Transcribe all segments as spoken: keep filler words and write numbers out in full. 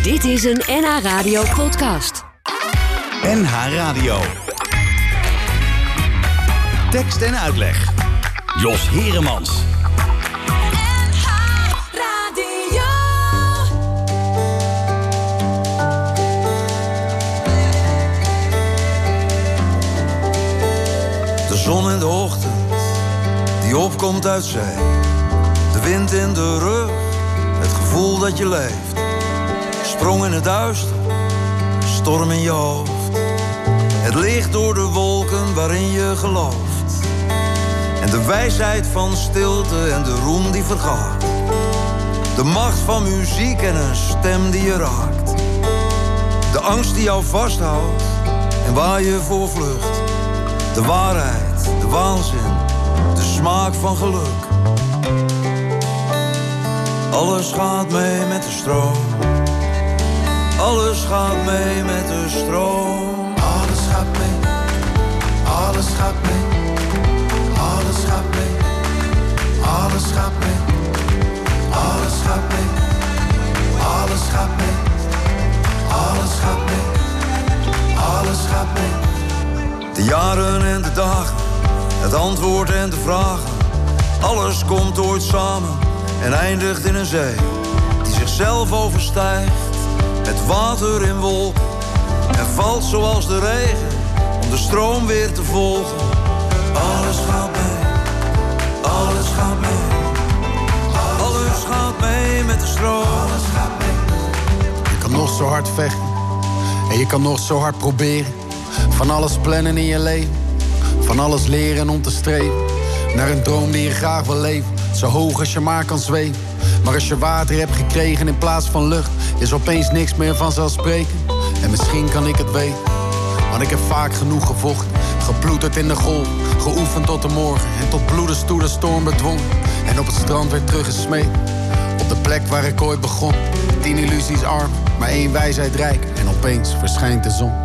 Dit is een N H Radio podcast. N H Radio. Tekst en uitleg. Jos Heremans. N H Radio. De zon in de ochtend, die opkomt uit zee. De wind in de rug, het gevoel dat je leeft. Sprong in het duister, storm in je hoofd. Het licht door de wolken waarin je gelooft. En de wijsheid van stilte en de roem die vergaat. De macht van muziek en een stem die je raakt. De angst die jou vasthoudt en waar je voor vlucht. De waarheid, de waanzin, de smaak van geluk. Alles gaat mee met de stroom. Alles gaat mee met de stroom. Alles gaat mee. Alles gaat mee. Alles gaat mee. Alles gaat mee. Alles gaat mee. Alles gaat mee. Alles gaat mee. Alles gaat mee. De jaren en de dagen, het antwoord en de vragen. Alles komt ooit samen en eindigt in een zee die zichzelf overstijgt. Het water in wolken en valt zoals de regen om de stroom weer te volgen. Alles gaat mee, alles gaat mee. Alles gaat mee met de stroom. Alles gaat mee. Je kan nog zo hard vechten en je kan nog zo hard proberen. Van alles plannen in je leven, van alles leren om te streven. Naar een droom die je graag wil leven, zo hoog als je maar kan zweven. Maar als je water hebt gekregen in plaats van lucht, is opeens niks meer vanzelfsprekend. En misschien kan ik het weten, want ik heb vaak genoeg gevochten. Geploeterd in de golf, geoefend tot de morgen. En tot bloedens toe de storm bedwongen. En op het strand weer teruggesmeed. Op de plek waar ik ooit begon. Tien illusies arm, maar één wijsheid rijk. En opeens verschijnt de zon.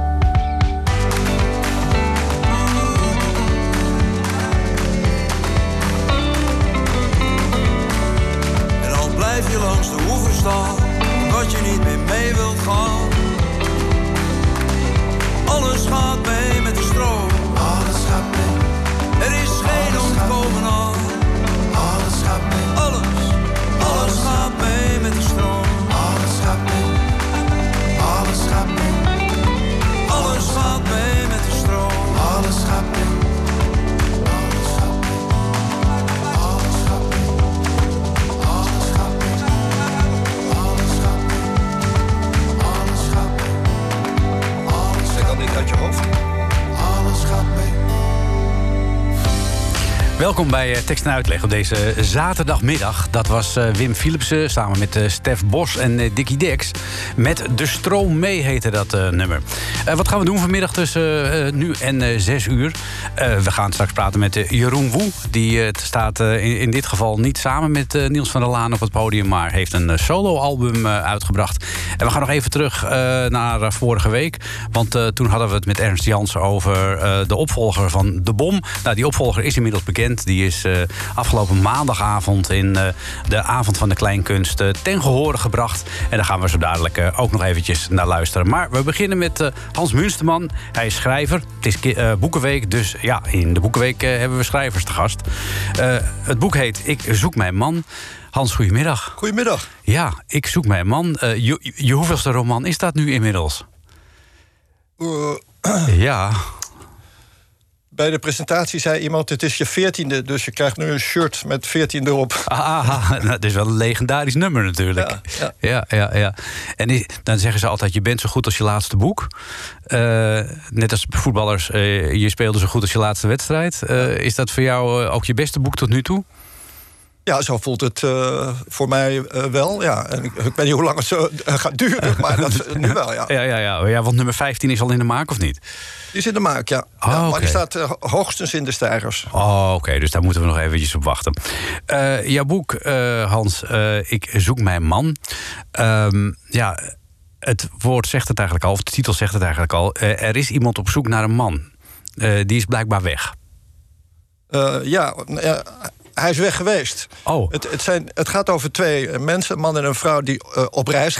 Blijf je langs de oever staan, omdat je niet meer mee wilt gaan. Alles gaat mee met de stroom. Alles gaat mee. Er is geen ontkomen aan. Alles gaat mee. Alles, alles gaat mee met de stroom. Alles gaat mee. Alles gaat mee. Alles gaat mee met de stroom. Alles gaat mee. Welkom bij Tekst en Uitleg op deze zaterdagmiddag. Dat was uh, Wim Philipsen samen met uh, Stef Bos en uh, Dickie Dex. Met De Stroom Mee heette dat uh, nummer. Uh, wat gaan we doen vanmiddag tussen uh, nu en uh, zes uur? Uh, we gaan straks praten met uh, Jeroen Woe. Die uh, staat uh, in, in dit geval niet samen met uh, Niels van der Laan op het podium, maar heeft een uh, soloalbum uh, uitgebracht. En we gaan nog even terug uh, naar uh, vorige week. Want uh, toen hadden we het met Ernst Jansen over uh, de opvolger van De Bom. Nou, die opvolger is inmiddels bekend. Die is uh, afgelopen maandagavond in uh, de Avond van de Kleinkunst uh, ten gehore gebracht. En daar gaan we zo dadelijk uh, ook nog eventjes naar luisteren. Maar we beginnen met uh, Hans Munsterman. Hij is schrijver. Het is uh, Boekenweek, dus ja, in de Boekenweek uh, hebben we schrijvers te gast. Uh, het boek heet Ik zoek mijn man. Hans, goedemiddag. Goedemiddag. Ja, Ik zoek mijn man. Uh, je, je hoeveelste roman is dat nu inmiddels? Uh, ja... Bij de presentatie zei iemand, het is je veertiende, dus je krijgt nu een shirt met veertien erop. Ah, nou, dat is wel een legendarisch nummer natuurlijk. Ja, ja. ja, ja, ja. En die, dan zeggen ze altijd, je bent zo goed als je laatste boek. Uh, net als voetballers, uh, je speelde zo goed als je laatste wedstrijd. Uh, is dat voor jou uh, ook je beste boek tot nu toe? Ja, zo voelt het uh, voor mij uh, wel, ja. En ik, ik weet niet hoe lang het zo uh, gaat duren, maar dat nu wel, ja. Ja, ja, ja. Ja, want nummer vijftien is al in de maak, of niet? Die is in de maak, ja. Oh, ja maar okay. die staat uh, hoogstens in de stijgers. Oh, oké, okay. Dus daar moeten we nog eventjes op wachten. Uh, jouw boek, uh, Hans, uh, Ik zoek mijn man. Um, ja, het woord zegt het eigenlijk al, of de titel zegt het eigenlijk al. Uh, er is iemand op zoek naar een man. Uh, die is blijkbaar weg. Uh, ja, uh, hij is weg geweest. Oh. Het, het, zijn, het gaat over twee mensen, een man en een vrouw, die uh, op reis gaan.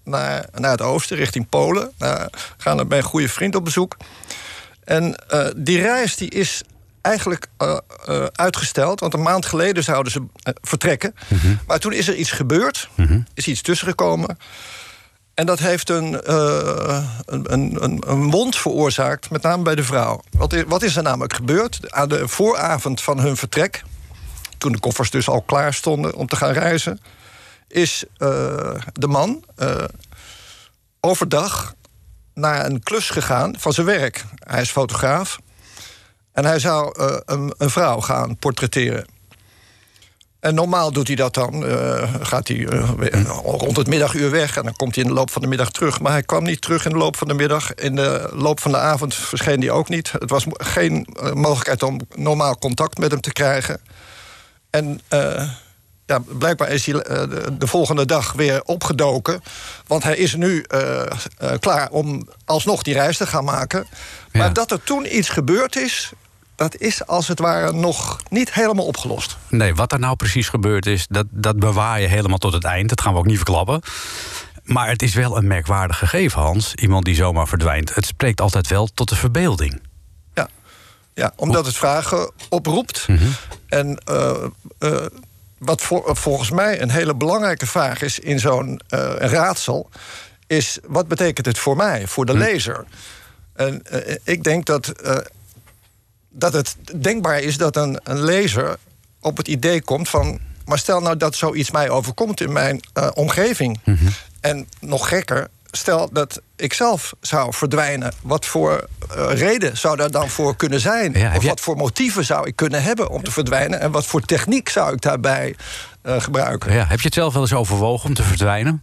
naar, naar het oosten, richting Polen. Nou, gaan er bij een goede vriend op bezoek. En uh, die reis die is eigenlijk uh, uh, uitgesteld. Want een maand geleden zouden ze uh, vertrekken. Mm-hmm. Maar toen is er iets gebeurd. Mm-hmm. Is iets tussengekomen. En dat heeft een, uh, een, een, een wond veroorzaakt, met name bij de vrouw. Wat is, wat is er namelijk gebeurd? Aan de vooravond van hun vertrek, toen de koffers dus al klaar stonden om te gaan reizen, is uh, de man uh, overdag naar een klus gegaan van zijn werk. Hij is fotograaf. En hij zou uh, een, een vrouw gaan portretteren. En normaal doet hij dat dan. Uh, gaat hij uh, rond het middaguur weg en dan komt hij in de loop van de middag terug. Maar hij kwam niet terug in de loop van de middag. In de loop van de avond verscheen hij ook niet. Het was geen uh, mogelijkheid om normaal contact met hem te krijgen. En uh, ja, blijkbaar is hij uh, de, de volgende dag weer opgedoken. Want hij is nu uh, uh, klaar om alsnog die reis te gaan maken. Ja. Maar dat er toen iets gebeurd is, dat is als het ware nog niet helemaal opgelost. Nee, wat er nou precies gebeurd is, dat, dat bewaar je helemaal tot het eind. Dat gaan we ook niet verklappen. Maar het is wel een merkwaardig gegeven, Hans. Iemand die zomaar verdwijnt. Het spreekt altijd wel tot de verbeelding. Ja, ja omdat het vragen oproept. Mm-hmm. En uh, uh, wat voor, volgens mij een hele belangrijke vraag is in zo'n uh, raadsel, is wat betekent het voor mij, voor de mm. lezer? En uh, ik denk dat Uh, dat het denkbaar is dat een, een lezer op het idee komt van, maar stel nou dat zoiets mij overkomt in mijn uh, omgeving. Mm-hmm. En nog gekker, stel dat ik zelf zou verdwijnen. Wat voor uh, reden zou daar dan voor kunnen zijn? Ja, of jij... wat voor motieven zou ik kunnen hebben om te verdwijnen? En wat voor techniek zou ik daarbij uh, gebruiken? Ja, heb je het zelf wel eens overwogen om te verdwijnen?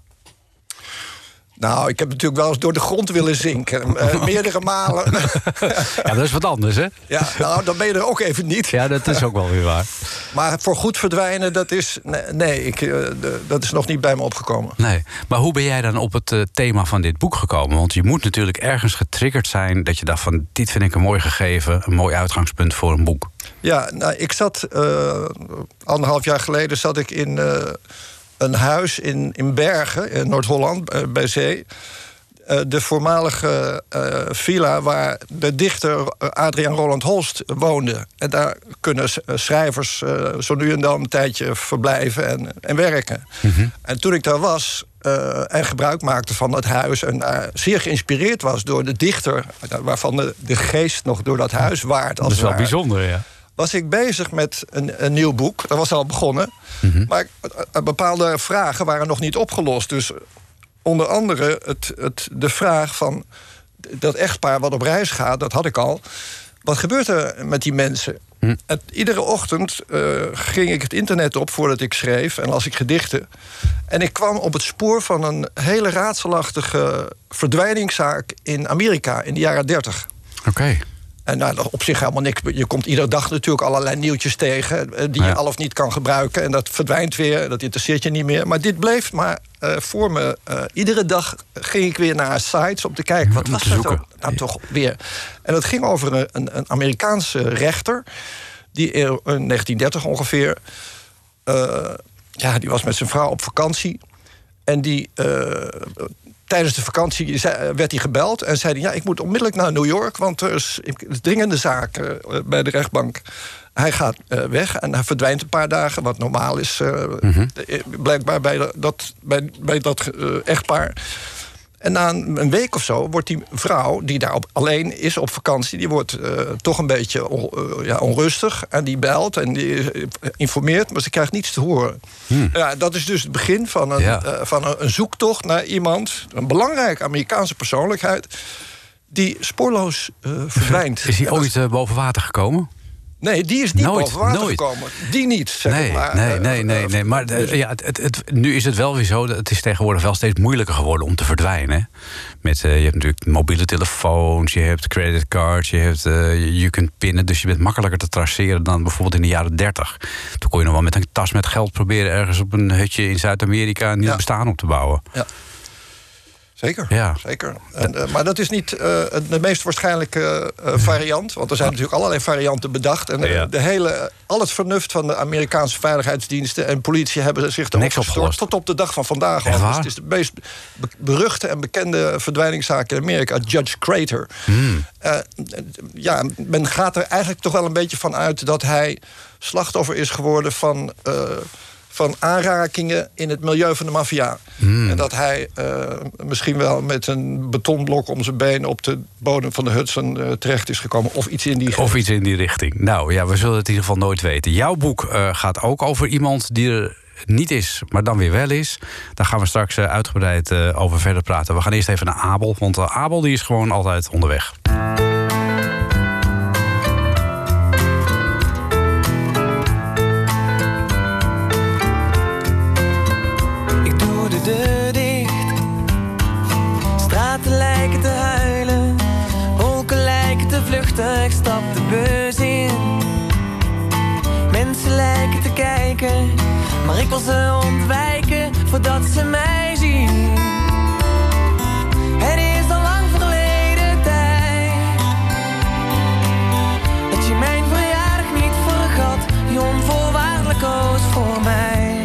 Nou, ik heb natuurlijk wel eens door de grond willen zinken. Uh, meerdere malen. Ja, dat is wat anders, hè? Ja, nou, dan ben je er ook even niet. Ja, dat is ook wel weer waar. Maar voor goed verdwijnen, dat is, nee, ik, uh, de, dat is nog niet bij me opgekomen. Nee, maar hoe ben jij dan op het uh, thema van dit boek gekomen? Want je moet natuurlijk ergens getriggerd zijn dat je dacht van, dit vind ik een mooi gegeven, een mooi uitgangspunt voor een boek. Ja, nou, ik zat, uh, anderhalf jaar geleden zat ik in Uh, een huis in, in Bergen, in Noord-Holland, uh, bij zee. Uh, de voormalige uh, villa waar de dichter Adriaan Roland Holst woonde. En daar kunnen schrijvers uh, zo nu en dan een tijdje verblijven en, en werken. Mm-hmm. En toen ik daar was uh, en gebruik maakte van dat huis en uh, zeer geïnspireerd was door de dichter, waarvan de, de geest nog door dat huis waart. Dat is wel bijzonder, ja. Was ik bezig met een, een nieuw boek. Dat was al begonnen. Mm-hmm. Maar uh, bepaalde vragen waren nog niet opgelost. Dus onder andere het, het, de vraag van dat echtpaar wat op reis gaat, dat had ik al. Wat gebeurt er met die mensen? Mm. En iedere ochtend uh, ging ik het internet op voordat ik schreef en las ik gedichten. En ik kwam op het spoor van een hele raadselachtige verdwijningszaak in Amerika in de jaren dertig. Oké. Okay. En nou, op zich helemaal niks. Je komt iedere dag natuurlijk allerlei nieuwtjes tegen die je ja. al of niet kan gebruiken. En dat verdwijnt weer, dat interesseert je niet meer. Maar dit bleef maar uh, voor me. Uh, iedere dag ging ik weer naar sites om te kijken. Wat was dat ook, nou, toch weer? En dat ging over een, een, een Amerikaanse rechter. Die in negentien dertig ongeveer. Uh, ja, die was met zijn vrouw op vakantie. En die Uh, tijdens de vakantie werd hij gebeld en zei hij, ja, ik moet onmiddellijk naar New York, want er is een dringende zaak uh, bij de rechtbank. Hij gaat uh, weg en hij verdwijnt een paar dagen, wat normaal is uh, mm-hmm. blijkbaar bij dat, bij, bij dat uh, echtpaar. En na een, een week of zo wordt die vrouw, die daar op, alleen is op vakantie, die wordt uh, toch een beetje on, uh, ja, onrustig. En die belt en die uh, informeert, maar ze krijgt niets te horen. Hmm. Ja, dat is dus het begin van een, ja. uh, van een, een zoektocht naar iemand, een belangrijke Amerikaanse persoonlijkheid, die spoorloos uh, verdwijnt. Is hij ooit uh, boven water gekomen? Nee, die is niet nooit, boven water nooit. gekomen. Die niet, zeg nee, maar. Nee, nee, nee. nee. Maar uh, ja, het, het, het, nu is het wel weer zo, het is tegenwoordig wel steeds moeilijker geworden om te verdwijnen. Met, uh, je hebt natuurlijk mobiele telefoons, je hebt creditcards, je, hebt, uh, je kunt pinnen. Dus je bent makkelijker te traceren dan bijvoorbeeld in de jaren dertig. Toen kon je nog wel met een tas met geld proberen ergens op een hutje in Zuid-Amerika een nieuw ja. bestaan op te bouwen. Ja. Zeker, Ja. zeker. En, uh, maar dat is niet uh, de meest waarschijnlijke uh, variant. Want er zijn natuurlijk allerlei varianten bedacht. En uh, Ja. de hele, al het vernuft van de Amerikaanse veiligheidsdiensten en politie hebben zich erop Niks gestort opgelost. tot op de dag van vandaag. Echt al. Dus waar? het is de meest be- beruchte en bekende verdwijningszaak in Amerika, Judge Crater. Hmm. Uh, ja, men gaat er eigenlijk toch wel een beetje van uit dat hij slachtoffer is geworden van, uh, van aanrakingen in het milieu van de maffia. Hmm. En dat hij uh, misschien wel met een betonblok om zijn been op de bodem van de Hudson uh, terecht is gekomen. Of iets in die Of iets in die richting. Nou ja, we zullen het in ieder geval nooit weten. Jouw boek uh, gaat ook over iemand die er niet is, maar dan weer wel is. Daar gaan we straks uh, uitgebreid uh, over verder praten. We gaan eerst even naar Abel, want uh, Abel die is gewoon altijd onderweg. Ik doe de deur dicht. Straten lijken te huilen. Wolken lijken te vluchten. Ik stap de bus in. Mensen lijken te kijken, maar ik wil ze ontwijken voordat ze mij zien. Het is al lang verleden tijd dat je mijn verjaardag niet vergat, je onvoorwaardelijk koos voor mij.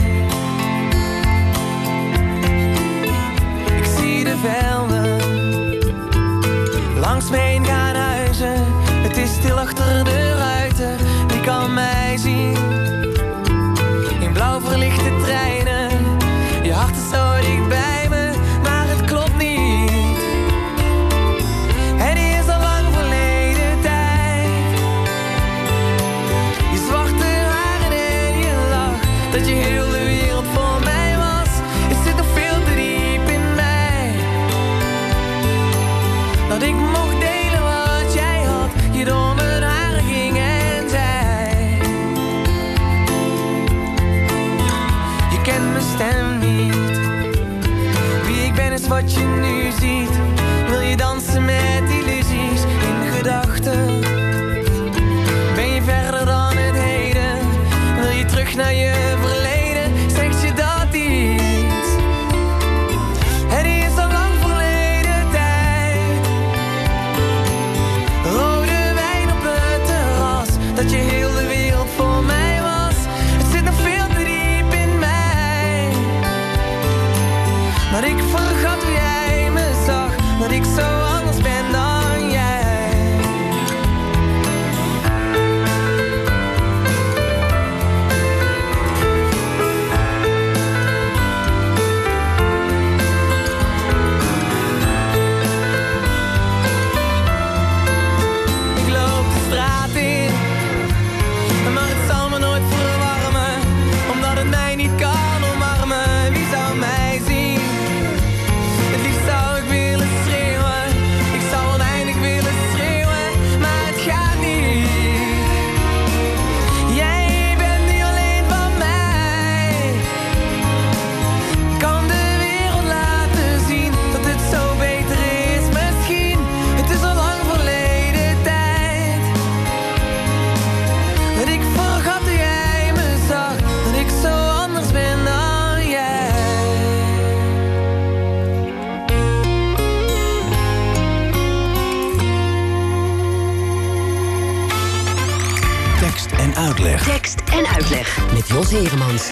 Ik zie de velden langs me heen gaan huizen. Het is stil achter de ruiten, wie kan mij zien? In blauw verlichte treinen, je hart is zo dicht bij me, maar het klopt niet. Het is al lang verleden tijd. Je zwarte haren en je lach, dat je heel de wereld voor mij was. Het zit nog veel te diep in mij, dat ik mocht delen wat jij had, je door mijn haren ging en zei. Je kent mijn stem niet, wie ik ben is wat je nu ziet. Wil je dansen met illusies in gedachten? Ben je verder dan het heden? Wil je terug naar je verleden? Zegt je dat iets? Het is al lang verleden tijd. Rode wijn op het terras, dat je heel de wereld voor mij was. Het zit nog veel te diep in mij, dat ik vergat hoe jij me zag, dat ik zo anders ben dan jij. Ik loop de straat in, maar het zal me nooit verwarmen, omdat het mij niet kan omarmen. Wie zou mij zien? Het liefst zou ik willen schreeuwen, ik zou oneindig willen schreeuwen, maar het gaat niet. Jij bent nu alleen van mij. Kan de wereld laten zien dat het zo beter is misschien. Het is al lang verleden tijd, dat ik vergat hoe jij me zag, dat ik zo anders ben dan jij. Tekst en uitleg. Tekst en uitleg met Jos Heremans.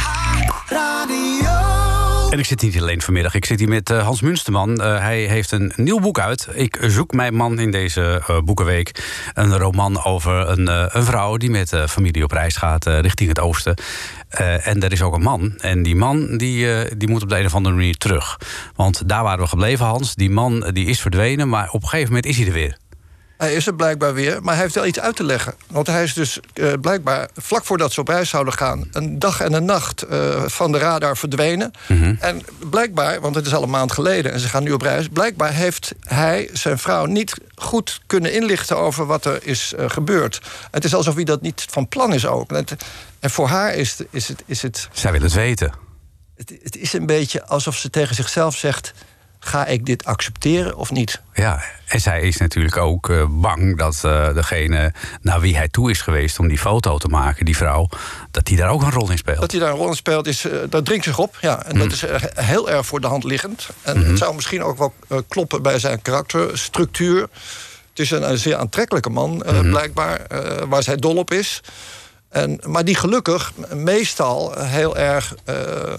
En ik zit niet alleen vanmiddag, ik zit hier met uh, Hans Munsterman. Uh, hij heeft een nieuw boek uit. Ik zoek mijn man in deze uh, boekenweek. Een roman over een, uh, een vrouw die met uh, familie op reis gaat uh, richting het oosten. Uh, en er is ook een man. En die man die, uh, die moet op de een of andere manier terug. Want daar waren we gebleven, Hans. Die man uh, die is verdwenen, maar op een gegeven moment is hij er weer. Hij is er blijkbaar weer, maar hij heeft wel iets uit te leggen. Want hij is dus uh, blijkbaar, vlak voordat ze op reis zouden gaan, een dag en een nacht uh, van de radar verdwenen. Mm-hmm. En blijkbaar, want het is al een maand geleden en ze gaan nu op reis, blijkbaar heeft hij zijn vrouw niet goed kunnen inlichten over wat er is uh, gebeurd. Het is alsof hij dat niet van plan is ook. Het, en voor haar is, het, is, het, is het... Zij wil het weten. Het, het is een beetje alsof ze tegen zichzelf zegt: ga ik dit accepteren of niet? Ja, en zij is natuurlijk ook uh, bang dat uh, degene naar wie hij toe is geweest om die foto te maken, die vrouw, dat die daar ook een rol in speelt. Dat hij daar een rol in speelt, is, uh, dat dringt zich op. Ja, en mm. dat is uh, heel erg voor de hand liggend. En mm-hmm. het zou misschien ook wel uh, kloppen bij zijn karakterstructuur. Het is een, een zeer aantrekkelijke man, uh, mm-hmm. blijkbaar, uh, waar zij dol op is. En, maar die gelukkig meestal heel erg uh,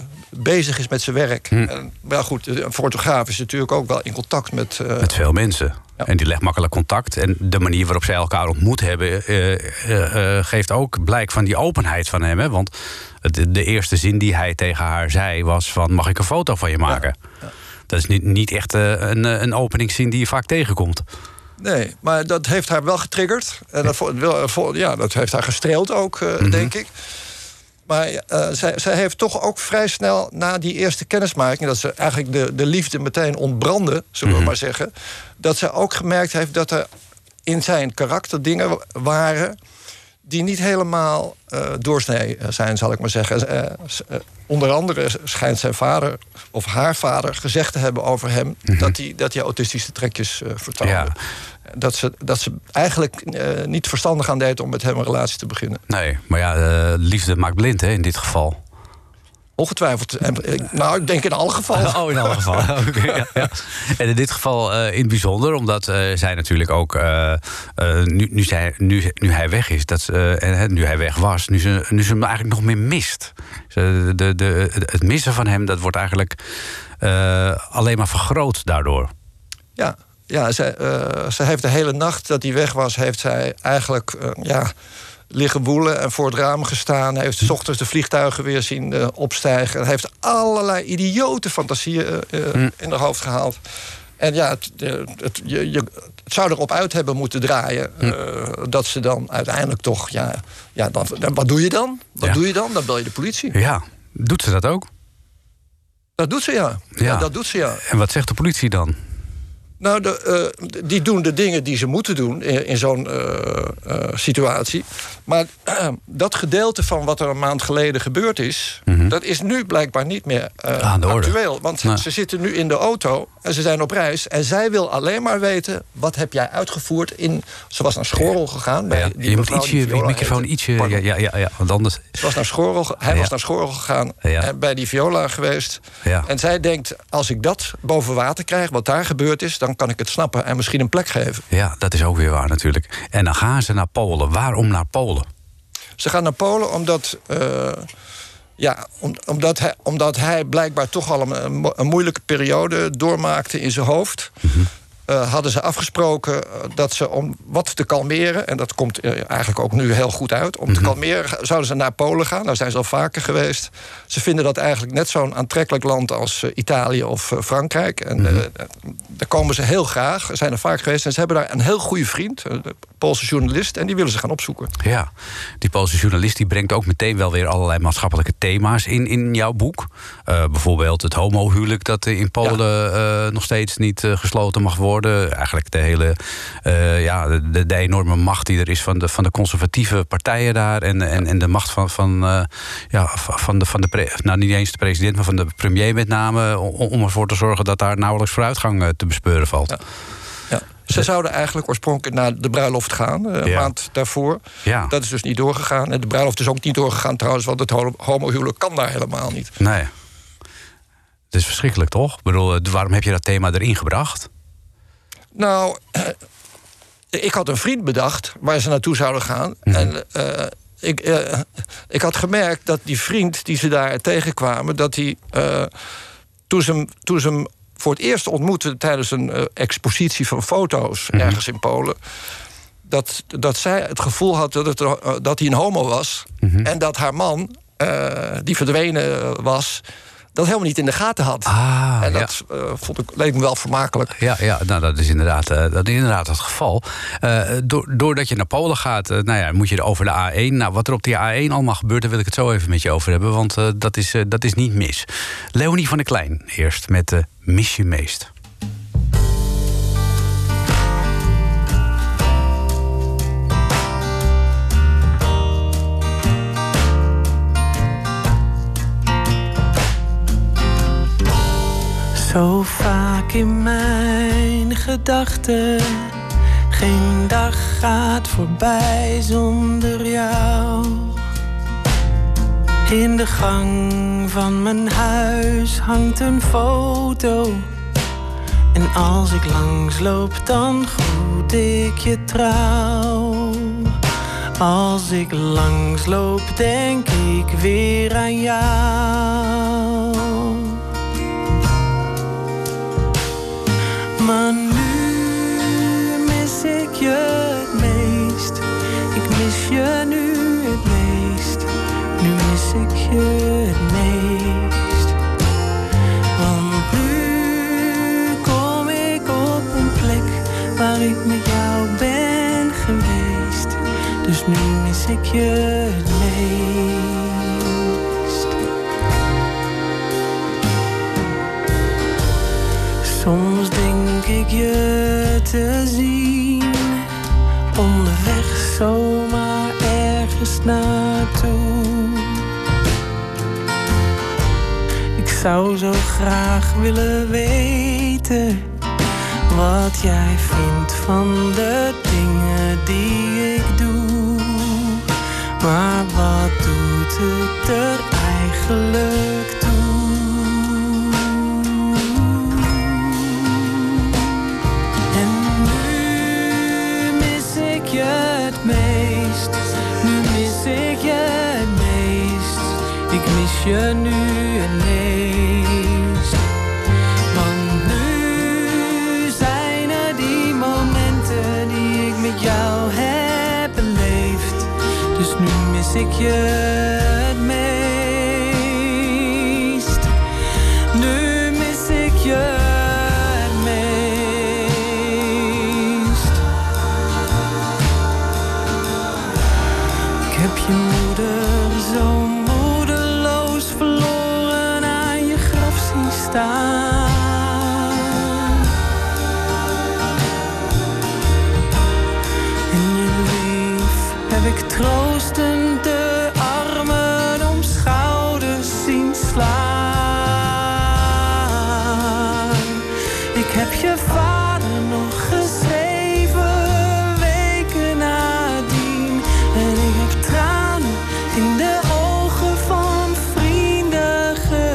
bezig is met zijn werk. Hm. En, maar goed, een fotograaf is natuurlijk ook wel in contact met... Uh, met veel mensen. Ja. En die legt makkelijk contact. En de manier waarop zij elkaar ontmoet hebben... Uh, uh, uh, geeft ook blijk van die openheid van hem. Hè? Want de, de eerste zin die hij tegen haar zei was van... mag ik een foto van je maken? Ja. Ja. Dat is niet, niet echt uh, een, een openingszin die je vaak tegenkomt. Nee, maar dat heeft haar wel getriggerd. En dat, ja, dat heeft haar gestreeld ook, uh, mm-hmm. denk ik. Maar uh, zij, zij heeft toch ook vrij snel na die eerste kennismaking... dat ze eigenlijk de, de liefde meteen ontbrandde, zullen we mm-hmm. maar zeggen... dat ze ook gemerkt heeft dat er in zijn karakter dingen waren... die niet helemaal uh, doorsnee zijn, zal ik maar zeggen. Uh, uh, onder andere schijnt zijn vader of haar vader gezegd te hebben over hem... Mm-hmm. dat hij dat hij autistische trekjes uh, vertaalde. Ja. Dat ze, dat ze eigenlijk uh, niet verstandig aan deed om met hem een relatie te beginnen. Nee, maar ja, uh, liefde maakt blind, hè, in dit geval. Ongetwijfeld. Nou, ik denk in alle gevallen. Oh, in alle gevallen. Okay, ja, ja. En in dit geval uh, in het bijzonder, omdat uh, zij natuurlijk ook... Uh, uh, nu, nu, zij, nu, nu hij weg is, dat, uh, en nu hij weg was... nu ze, nu ze hem eigenlijk nog meer mist. De, de, de, het missen van hem, dat wordt eigenlijk uh, alleen maar vergroot daardoor. Ja, ja zij, uh, zij heeft de hele nacht dat hij weg was... heeft zij eigenlijk... Uh, ja, liggen woelen en voor het raam gestaan. Hij heeft 's ochtends de vliegtuigen weer zien uh, opstijgen. Hij heeft allerlei idiote fantasieën uh, uh, mm. in haar hoofd gehaald. En ja, het, het, je, je, het zou erop uit hebben moeten draaien... Uh, mm. dat ze dan uiteindelijk toch... Ja, ja, dan, wat doe je dan? Wat ja. doe je dan? Dan bel je de politie. Ja, doet ze dat ook? Dat doet ze, ja. ja. ja dat doet ze, ja. En wat zegt de politie dan? Nou, de, uh, die doen de dingen die ze moeten doen in, in zo'n uh, uh, situatie. Maar uh, dat gedeelte van wat er een maand geleden gebeurd is... Mm-hmm. dat is nu blijkbaar niet meer uh, actueel. Want nee. ze zitten nu in de auto en ze zijn op reis... en zij wil alleen maar weten, wat heb jij uitgevoerd in... Ze was naar Schorrel gegaan. Bij ja, die je moet ietsje, je microfoon ietsje... Ja, ja, ja, ja, want anders... Ze was naar Schorrel, hij ja. was naar Schorrel gegaan ja. en bij die viola geweest. Ja. En zij denkt, als ik dat boven water krijg, wat daar gebeurd is... dan kan ik het snappen en misschien een plek geven. Ja, dat is ook weer waar natuurlijk. En dan gaan ze naar Polen. Waarom naar Polen? Ze gaan naar Polen omdat... Uh, ja, om, omdat, hij, omdat hij blijkbaar toch al een, een moeilijke periode doormaakte in zijn hoofd. Mm-hmm. Uh, hadden ze afgesproken dat ze om wat te kalmeren... en dat komt uh, eigenlijk ook nu heel goed uit... om mm-hmm. te kalmeren zouden ze naar Polen gaan. Daar zijn ze al vaker geweest. Ze vinden dat eigenlijk net zo'n aantrekkelijk land... als uh, Italië of uh, Frankrijk. En mm-hmm. uh, daar komen ze heel graag. Ze zijn er vaak geweest. En ze hebben daar een heel goede vriend, een Poolse journalist... en die willen ze gaan opzoeken. Ja, die Poolse journalist die brengt ook meteen wel weer... allerlei maatschappelijke thema's in, in jouw boek. Uh, bijvoorbeeld het homohuwelijk dat in Polen ja. uh, nog steeds niet uh, gesloten mag worden. Eigenlijk de hele uh, ja, de, de enorme macht die er is van de, van de conservatieve partijen daar. En, en, en de macht van, van, uh, ja, van de, van de pre, nou niet eens de president, maar van de premier met name. Om, om ervoor te zorgen dat daar nauwelijks vooruitgang uh, te bespeuren valt. Ja. Ja. Ze zouden eigenlijk oorspronkelijk naar de bruiloft gaan, een ja. maand daarvoor. Ja. Dat is dus niet doorgegaan. En de bruiloft is ook niet doorgegaan trouwens, want het homohuwelijk kan daar helemaal niet. Nee. Het is verschrikkelijk, toch? Ik bedoel, waarom heb je dat thema erin gebracht? Nou, uh, ik had een vriend bedacht waar ze naartoe zouden gaan. Mm-hmm. En uh, ik, uh, ik had gemerkt dat die vriend die ze daar tegenkwamen... dat hij, uh, toen, ze hem, toen ze hem voor het eerst ontmoette... tijdens een uh, expositie van foto's mm-hmm. ergens in Polen... Dat, dat zij het gevoel had dat, het, uh, dat hij een homo was... Mm-hmm. en dat haar man, uh, die verdwenen was... dat helemaal niet in de gaten had. Ah, en dat ja. uh, vond ik, leek me wel vermakelijk. Ja, ja nou, dat is inderdaad, uh, dat is inderdaad het geval. Uh, do, doordat je naar Polen gaat, uh, nou ja, moet je over de A één. Nou, wat er op die A één allemaal gebeurt, daar wil ik het zo even met je over hebben. Want uh, dat, is, uh, dat is niet mis. Leonie van der Klein eerst met uh, Mis je meest. Zo vaak in mijn gedachten. Geen dag gaat voorbij zonder jou. In de gang van mijn huis hangt een foto. En als ik langsloop, dan groet ik je trouw. Als ik langsloop, denk ik weer aan jou. Maar nu mis ik je het meest. Ik mis je nu het meest. Nu mis ik je het meest. Want nu kom ik op een plek waar ik met jou ben geweest. Dus nu mis ik je het meest. Soms denk ik je te zien. Onderweg zomaar ergens naartoe. Ik zou zo graag willen weten wat jij vindt van de dingen die ik doe. Maar wat doet het er eigenlijk toe? En nu mis ik je het meest. Nu mis ik je het meest. Ik mis je nu het meest. Want nu zijn er die momenten die ik met jou heb beleefd. Dus nu mis ik je het meest. Nu mis ik je het meest. Ik heb je moeder zo moedeloos verloren aan je graf zien staan. En je lief heb ik troostend de armen om schouders zien slaan. Ik heb je vader nog geschreven, weken nadien. En ik heb tranen in de ogen van vrienden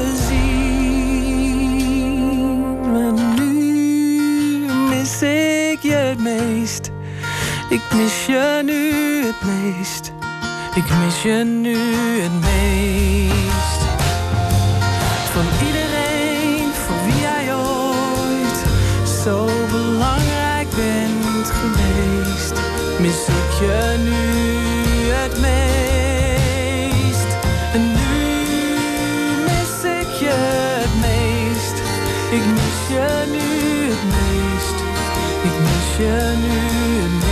gezien. Maar nu mis ik je het meest. Ik mis je nu het meest. Ik mis je nu het meest. Van iedereen voor wie jij ooit zo belangrijk bent geweest, mis ik je nu het meest. En nu mis ik je het meest. Ik mis je nu het meest. Ik mis je nu het meest.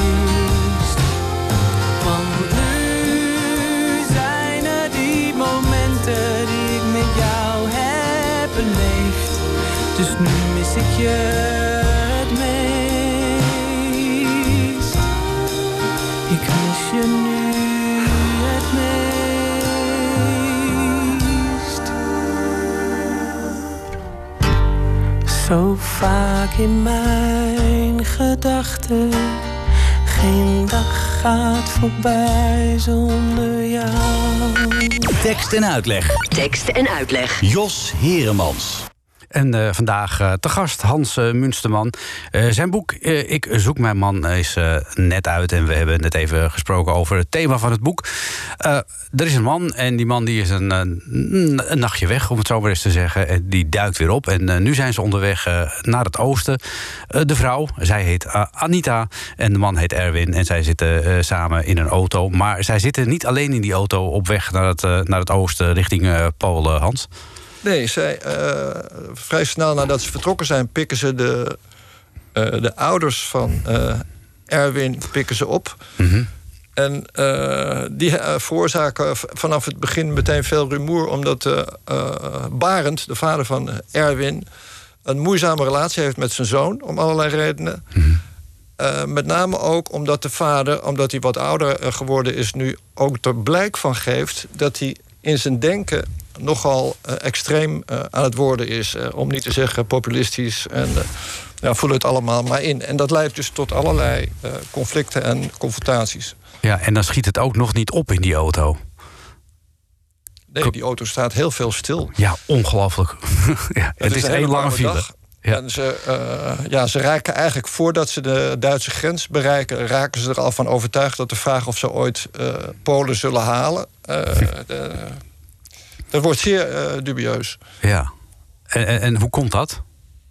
Want nu zijn er die momenten die ik met jou heb beleefd. Dus nu mis ik je het meest. Ik mis je nu het meest. Zo vaak in mijn gedachten. Geen dag gaat voorbij zonder jou. Tekst en uitleg. Tekst en uitleg. Jos Heremans. En uh, vandaag uh, te gast Hans uh, Munsterman. Uh, zijn boek uh, Ik zoek mijn man is uh, net uit. En we hebben net even gesproken over het thema van het boek. Uh, er is een man en die man die is een, een, een nachtje weg, om het zo maar eens te zeggen. En die duikt weer op. En uh, nu zijn ze onderweg uh, naar het oosten. Uh, de vrouw, zij heet uh, Anita. En de man heet Erwin. En zij zitten uh, samen in een auto. Maar zij zitten niet alleen in die auto op weg naar het, uh, naar het oosten richting uh, Polen, Hans. Nee, zij, uh, vrij snel nadat ze vertrokken zijn, pikken ze de, uh, de ouders van uh, Erwin pikken ze op. Mm-hmm. En uh, die uh, veroorzaken vanaf het begin meteen veel rumoer, omdat uh, uh, Barend, de vader van Erwin, een moeizame relatie heeft met zijn zoon, om allerlei redenen. Mm-hmm. Uh, met name ook omdat de vader, omdat hij wat ouder geworden is nu, ook er blijk van geeft dat hij in zijn denken nogal uh, extreem uh, aan het worden is. Uh, om niet te zeggen populistisch. En uh, ja, voelen het allemaal maar in. En dat leidt dus tot allerlei uh, conflicten en confrontaties. Ja, en dan schiet het ook nog niet op in die auto. Nee, die auto staat heel veel stil. Ja, ongelooflijk. ja, het, het is, is één lange file. Dag. Ja. En ze, uh, ja, ze raken eigenlijk, voordat ze de Duitse grens bereiken, raken ze er al van overtuigd dat de vraag of ze ooit uh, Polen zullen halen, Uh, de, dat wordt zeer uh, dubieus. Ja. En, en, en hoe komt dat?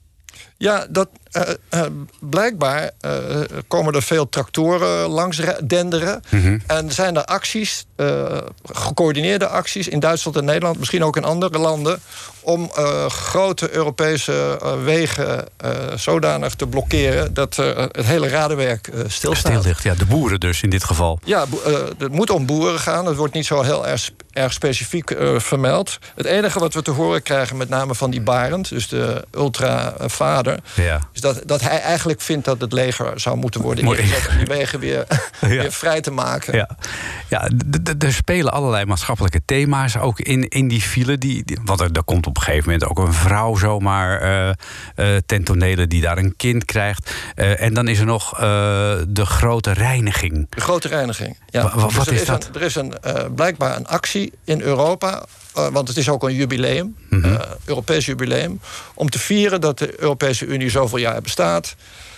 Ja, dat, uh, uh, blijkbaar uh, komen er veel tractoren langs denderen. Mm-hmm. En zijn er acties, uh, gecoördineerde acties in Duitsland en Nederland, misschien ook in andere landen, om uh, grote Europese uh, wegen uh, zodanig te blokkeren dat uh, het hele radenwerk uh, stilstaat. Stil ligt, ja, de boeren dus in dit geval. Ja, uh, het moet om boeren gaan. Het wordt niet zo heel erg, erg specifiek uh, vermeld. Het enige wat we te horen krijgen, met name van die Barend, dus de ultravader, ja. is dat, dat hij eigenlijk vindt dat het leger zou moeten worden ingezet om die wegen weer, ja. weer vrij te maken. Ja, ja er spelen allerlei maatschappelijke thema's ook in, in die file. Die, die, want er, er komt op een gegeven moment ook een vrouw zomaar uh, uh, ten tonele die daar een kind krijgt. Uh, en dan is er nog uh, de grote reiniging. De grote reiniging, ja. W- wat dus er is, is dat? Een, er is een, uh, blijkbaar een actie in Europa, uh, want het is ook een jubileum, mm-hmm. uh, Europees jubileum, om te vieren dat de Europese Unie zoveel jaar bestaat.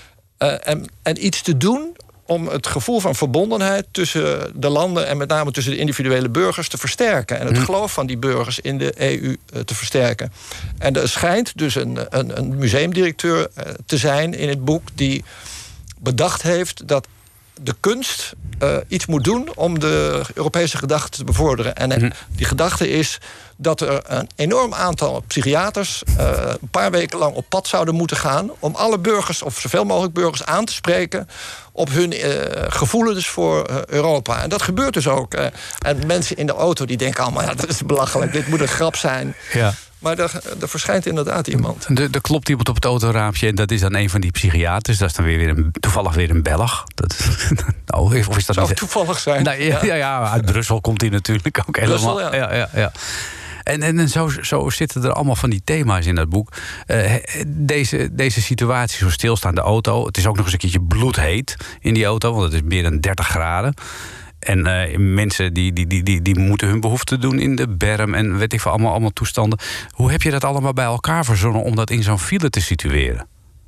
Uh, en, en iets te doen om het gevoel van verbondenheid tussen de landen en met name tussen de individuele burgers te versterken. En het mm. geloof van die burgers in de E U uh, te versterken. En er schijnt dus een, een, een museumdirecteur uh, te zijn in het boek die bedacht heeft dat de kunst uh, iets moet doen om de Europese gedachte te bevorderen. En mm. die gedachte is dat er een enorm aantal psychiaters uh, een paar weken lang op pad zouden moeten gaan om alle burgers, of zoveel mogelijk burgers, aan te spreken op hun uh, gevoelens voor uh, Europa. En dat gebeurt dus ook. Uh, en mensen in de auto die denken allemaal, ja, dat is belachelijk, dit moet een grap zijn. Ja. Maar er, er verschijnt inderdaad iemand. Er klopt iemand op het autoraampje en dat is dan een van die psychiaters. Dat is dan weer, weer een, toevallig weer een Belg. Dat, nou, of is dat zou niet toevallig zijn. Nou, ja, ja, ja, uit Brussel komt hij natuurlijk ook helemaal. Brussel, ja. Ja, ja, ja. En, en, en zo, zo zitten er allemaal van die thema's in dat boek. Uh, deze, deze situatie, zo'n stilstaande auto. Het is ook nog eens een keertje bloedheet in die auto, want het is meer dan dertig graden. En uh, mensen die, die, die, die, die moeten hun behoefte doen in de berm en weet ik veel, allemaal, allemaal toestanden. Hoe heb je dat allemaal bij elkaar verzonnen om dat in zo'n file te situeren?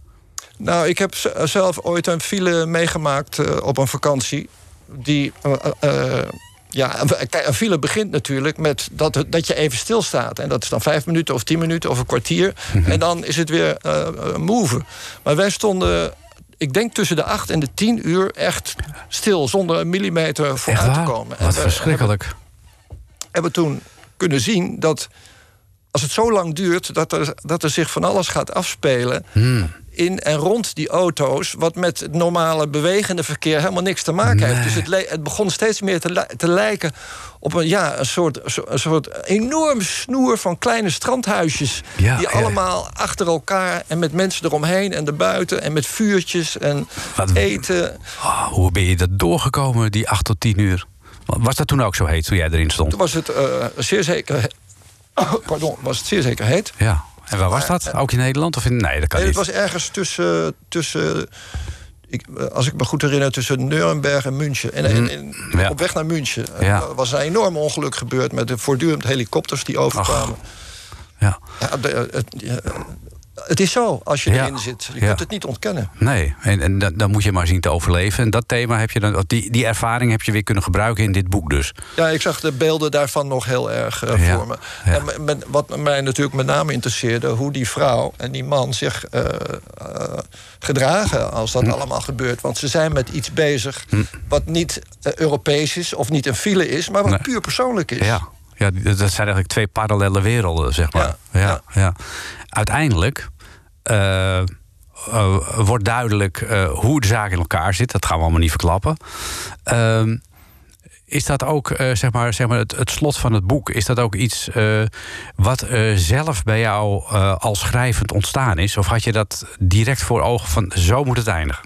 Nou, ik heb zelf ooit een file meegemaakt uh, op een vakantie. Die, uh, uh, ja, een file begint natuurlijk met dat, dat je even stilstaat. En dat is dan vijf minuten of tien minuten of een kwartier. Mm-hmm. En dan is het weer uh, move. Maar wij stonden, ik denk tussen de acht en de tien uur echt stil, zonder een millimeter vooruit te komen. Wat en verschrikkelijk. We hebben toen kunnen zien dat als het zo lang duurt, dat er, dat er zich van alles gaat afspelen Hmm. in en rond die auto's, wat met het normale bewegende verkeer helemaal niks te maken nee. heeft. Dus het, le- het begon steeds meer te, li- te lijken op een, ja, een, soort, een soort enorme snoer van kleine strandhuisjes. Ja, die ja. allemaal achter elkaar en met mensen eromheen en erbuiten en met vuurtjes en wat, eten. Oh, hoe ben je dat doorgekomen, die acht tot tien uur? Was dat toen ook zo heet, toen jij erin stond? Toen was het uh, zeer zeker... Pardon, was het zeer zeker heet. Ja. En waar was dat? Ook in Nederland? Of in... Nee, dat kan nee, niet. Het was ergens tussen... tussen ik, als ik me goed herinner, tussen Nuremberg en München. En, en, en ja. op weg naar München ja. Er was een enorm ongeluk gebeurd met de voortdurend helikopters die overkwamen. Ja. Ja, de, het, ja, het is zo, als je ja. erin zit. Je ja. kunt het niet ontkennen. Nee, en, en dan, dan moet je maar zien te overleven. En dat thema heb je dan, die, die ervaring heb je weer kunnen gebruiken in dit boek dus. Ja, ik zag de beelden daarvan nog heel erg uh, ja. voor me. Ja. En met, wat mij natuurlijk met name interesseerde, hoe die vrouw en die man zich uh, uh, gedragen als dat hm. allemaal gebeurt. Want ze zijn met iets bezig hm. wat niet uh, Europees is of niet een file is, maar wat nee. puur persoonlijk is. Ja. Ja, dat zijn eigenlijk twee parallele werelden, zeg maar. Ja, ja, ja. ja. Uiteindelijk uh, uh, wordt duidelijk uh, hoe de zaak in elkaar zit. Dat gaan we allemaal niet verklappen. Uh, is dat ook, uh, zeg maar, zeg maar het, het slot van het boek... is dat ook iets uh, wat uh, zelf bij jou uh, als schrijvend ontstaan is? Of had je dat direct voor ogen van zo moet het eindigen?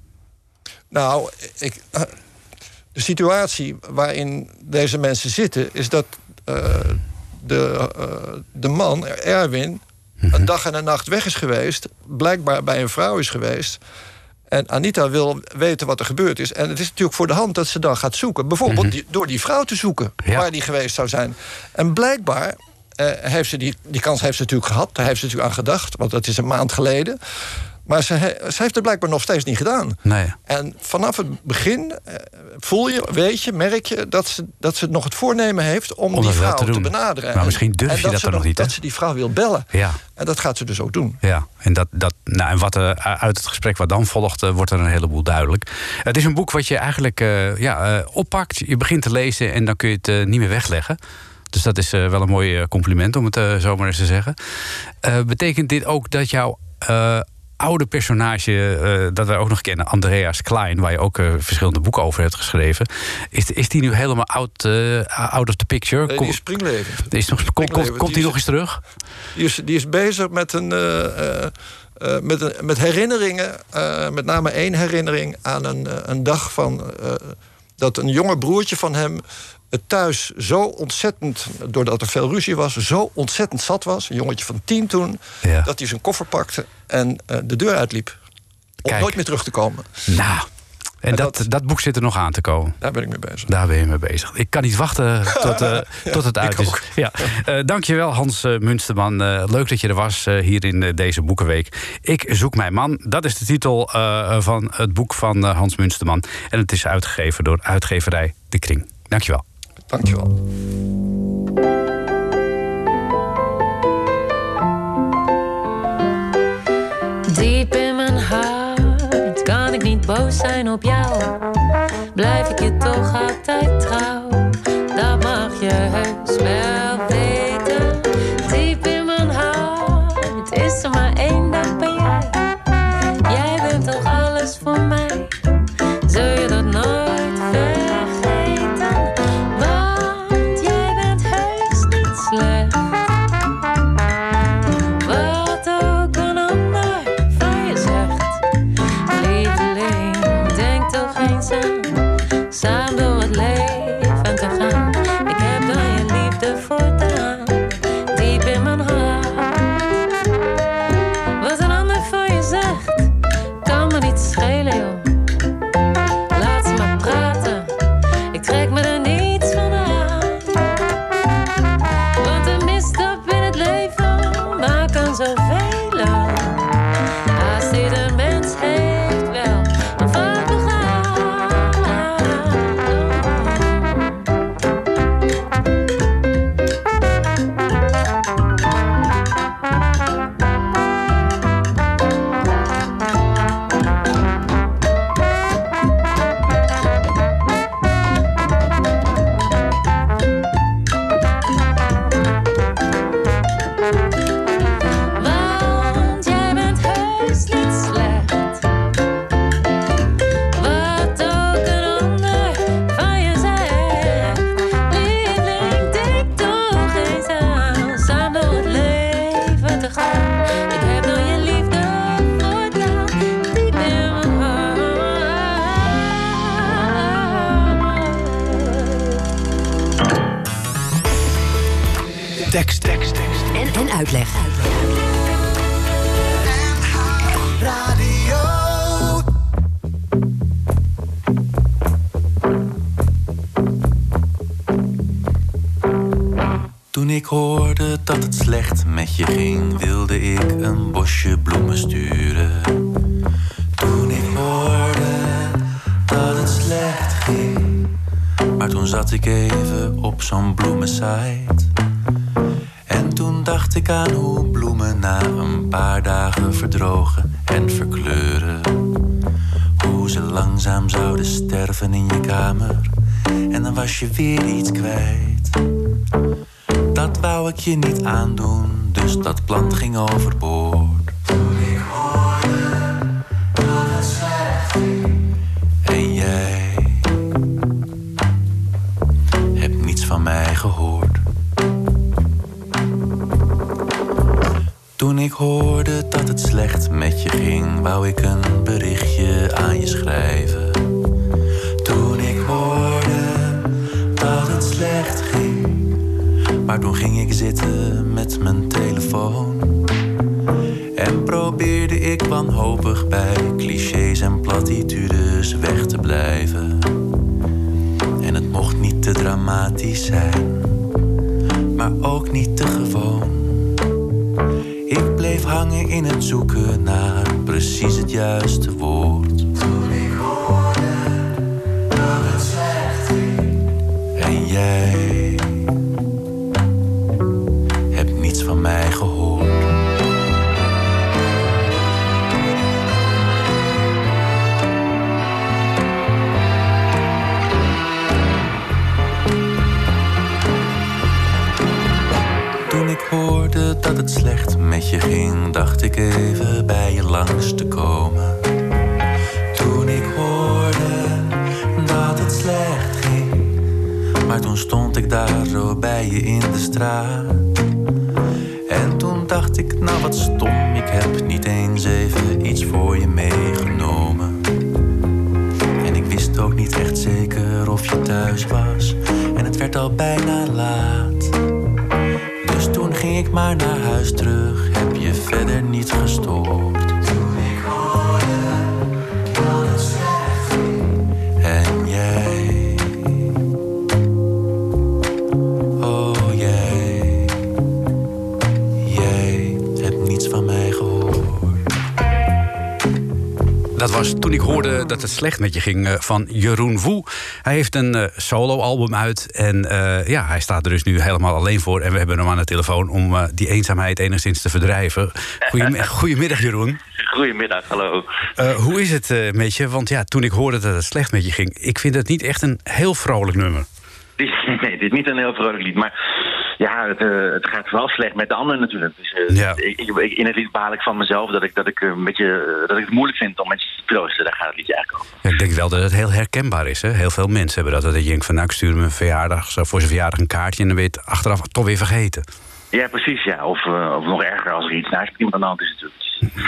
Nou, ik, uh, de situatie waarin deze mensen zitten is dat Uh, de, uh, de man, Erwin, een dag en een nacht weg is geweest, blijkbaar bij een vrouw is geweest. En Anita wil weten wat er gebeurd is. En het is natuurlijk voor de hand dat ze dan gaat zoeken. Bijvoorbeeld mm-hmm. die, door die vrouw te zoeken, ja. waar die geweest zou zijn. En blijkbaar uh, heeft ze die, die kans heeft ze natuurlijk gehad. Daar heeft ze natuurlijk aan gedacht, want dat is een maand geleden. Maar ze, he, ze heeft het blijkbaar nog steeds niet gedaan. Nee. En vanaf het begin uh, voel je, weet je, merk je... dat ze, dat ze nog het voornemen heeft om, om die vrouw te, te benaderen. Maar misschien durf en je dat, dat er nog niet, dat hè? ze die vrouw wil bellen. Ja. En dat gaat ze dus ook doen. Ja, en, dat, dat, nou, en wat uh, uit het gesprek wat dan volgt, uh, wordt er een heleboel duidelijk. Het is een boek wat je eigenlijk uh, ja, uh, oppakt. Je begint te lezen en dan kun je het uh, niet meer wegleggen. Dus dat is uh, wel een mooi compliment, om het uh, zo maar eens te zeggen. Uh, betekent dit ook dat jouw uh, oude personage, uh, dat wij ook nog kennen, Andreas Klein, waar je ook uh, verschillende boeken over hebt geschreven, is, is die nu helemaal out, uh, out of the picture? Nee, die is springleven. Is nog, springleven. Komt, komt die, die nog eens terug? Die is, die is bezig met een... Uh, uh, Uh, met, een, met herinneringen, uh, met name één herinnering aan een, uh, een dag van... Uh, dat een jonge broertje van hem het thuis zo ontzettend, doordat er veel ruzie was, zo ontzettend zat was, een jongetje van tien toen, ja. dat hij zijn koffer pakte en uh, de deur uitliep. Om Kijk. nooit meer terug te komen. Nou, en, en dat, dat, dat boek zit er nog aan te komen. Daar ben ik mee bezig. Daar ben je mee bezig. Ik kan niet wachten tot, uh, ja, tot het uit is. Ja. Uh, dankjewel, Hans uh, Munsterman. Uh, leuk dat je er was uh, hier in uh, deze Boekenweek. Ik zoek mijn man. Dat is de titel uh, van het boek van uh, Hans Munsterman. En het is uitgegeven door uitgeverij De Kring. Dankjewel. Dankjewel. Diep in mijn hart kan ik niet boos zijn op jou. Blijf ik je toch altijd trouw. Dat mag je heus wel weten. Diep in mijn hart is er maar één, dat ben jij. Jij bent toch alles voor mij. Zul je dat nooit vergeten? Want jij bent heus niet slecht. Wat ook een ander van je zegt. Lieveling, denk toch eens aan. Samen door het leven te gaan. Ik heb dan je liefde voortaan. Diep in mijn hart. Wat een ander van je zegt. Kan me niet schelen, joh. Laat ze maar praten. Ik trek me er niets van aan. Want een misstap in het leven maken zoveel. Haast ieder mens heeft wel een fout begaan. Want jij bent heus niet slecht. Wat ook een ander van je zegt. Lieveling, denk toch eens aan. Samen door het leven te gaan. Ik heb door je liefde voortaan. Diep in mijn hart. Tekst, tekst, tekst. En, en uitleg. Radio. Toen ik hoorde dat het slecht met je ging, wilde ik een bosje bloemen sturen. Toen ik hoorde dat het slecht ging, maar toen zat ik even op zo'n bloemensite. En toen dacht ik aan hoe bloemen na een paar dagen verdrogen en verkleuren. Hoe ze langzaam zouden sterven in je kamer. En dan was je weer iets kwijt. Dat wou ik je niet aandoen, dus dat plan ging overboord. Toen ik hoorde dat het slecht ging. En jij hebt niets van mij gehoord. Toen ik hoorde dat het slecht met je ging, wou ik een berichtje aan je schrijven. Toen ik hoorde dat het slecht ging, maar Maar toen ging ik zitten met mijn telefoon en probeerde ik wanhopig bij clichés en platitudes weg te blijven. En het mocht niet te dramatisch zijn, maar ook niet te gewoon. Ik bleef hangen in het zoeken naar precies het juiste woord. Toen ik hoorde dat het slecht ging. En jij hebt niets van mij gehoord. Toen ik hoorde dat het slecht met je ging, dacht ik even bij je langs te komen. Toen ik hoorde dat het slecht ging, maar toen stond ik daar zo bij je in de straat. En toen dacht ik, nou wat stom, ik heb niet eens even iets voor je meegenomen. En ik wist ook niet echt zeker of je thuis was, en het werd al bijna laat. Dus toen ging ik maar naar huis terug, heb je verder niet gestoord. Toen ik hoorde dat het slecht ging. En jij, oh jij, jij hebt niets van mij gehoord. Dat was Toen ik hoorde dat het slecht met je ging van Jeroen Woe. Hij heeft een uh, solo-album uit en uh, ja, hij staat er dus nu helemaal alleen voor. En we hebben hem aan de telefoon om uh, die eenzaamheid enigszins te verdrijven. Goedem- Goedemiddag, Jeroen. Goedemiddag, hallo. Uh, hoe is het uh, met je? Want ja, Toen ik hoorde dat het slecht met je ging, ik vind het niet echt een heel vrolijk nummer. Nee, dit is niet een heel vrolijk lied, maar ja, het, uh, het gaat vooral slecht met de anderen natuurlijk. Dus, uh, ja. ik, ik, in het lied baal ik van mezelf dat ik, dat ik, een beetje, uh, dat ik het moeilijk vind om mensen te troosten. Daar gaat het liedje eigenlijk over. Ja, ik denk wel dat het heel herkenbaar is. Hè? Heel veel mensen hebben dat. Dat je denkt van, nou, ik stuur hem een verjaardag, voor zijn verjaardag een kaartje en dan weet je het achteraf toch weer vergeten. Ja, precies, ja. Of, uh, of nog erger als er iets naast iemand aan de hand is natuurlijk.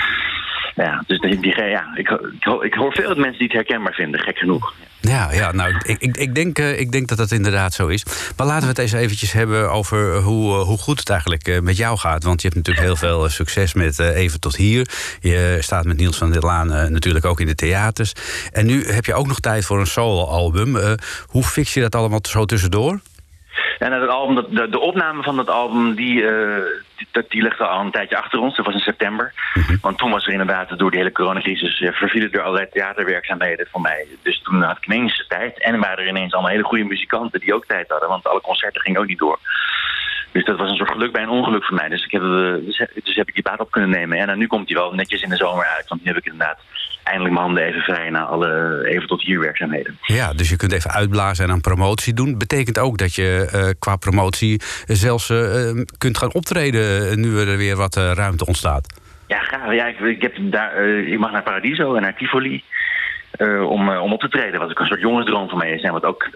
Ja, dus die, die, ja, ik, ik, ik hoor veel mensen die het herkenbaar vinden, gek genoeg. Ja, ja nou, ik, ik, ik, denk, uh, ik denk dat dat inderdaad zo is. Maar laten we het eens eventjes hebben over hoe, uh, hoe goed het eigenlijk uh, met jou gaat. Want je hebt natuurlijk heel veel uh, succes met uh, Even tot hier. Je staat met Niels van der Laan uh, natuurlijk ook in de theaters. En nu heb je ook nog tijd voor een solo-album. Uh, hoe fix je dat allemaal zo tussendoor? Ja, nou, dat album, dat, de, de opname van dat album, die, uh, die, die ligt al een tijdje achter ons. Dat was in september. Mm-hmm. Want toen was er inderdaad door de hele coronacrisis uh, vervielen er allerlei theaterwerkzaamheden voor mij. Dus toen had ik ineens tijd. En er waren er ineens allemaal hele goede muzikanten die ook tijd hadden. Want alle concerten gingen ook niet door. Dus dat was een soort geluk bij een ongeluk voor mij. Dus, ik heb, uh, dus, dus heb ik die baat op kunnen nemen. En nou, nu komt hij wel netjes in de zomer uit. Want nu heb ik inderdaad eindelijk mijn handen even vrij na alle Even tot hier werkzaamheden. Ja, dus je kunt even uitblazen en aan promotie doen. Betekent ook dat je uh, qua promotie zelfs uh, kunt gaan optreden nu er weer wat uh, ruimte ontstaat? Ja, graag. Ja, ik, ik, heb daar, uh, ik mag naar Paradiso en naar Tivoli. Uh, om, uh, om op te treden, wat ook een soort jongensdroom van mij is. En wat ook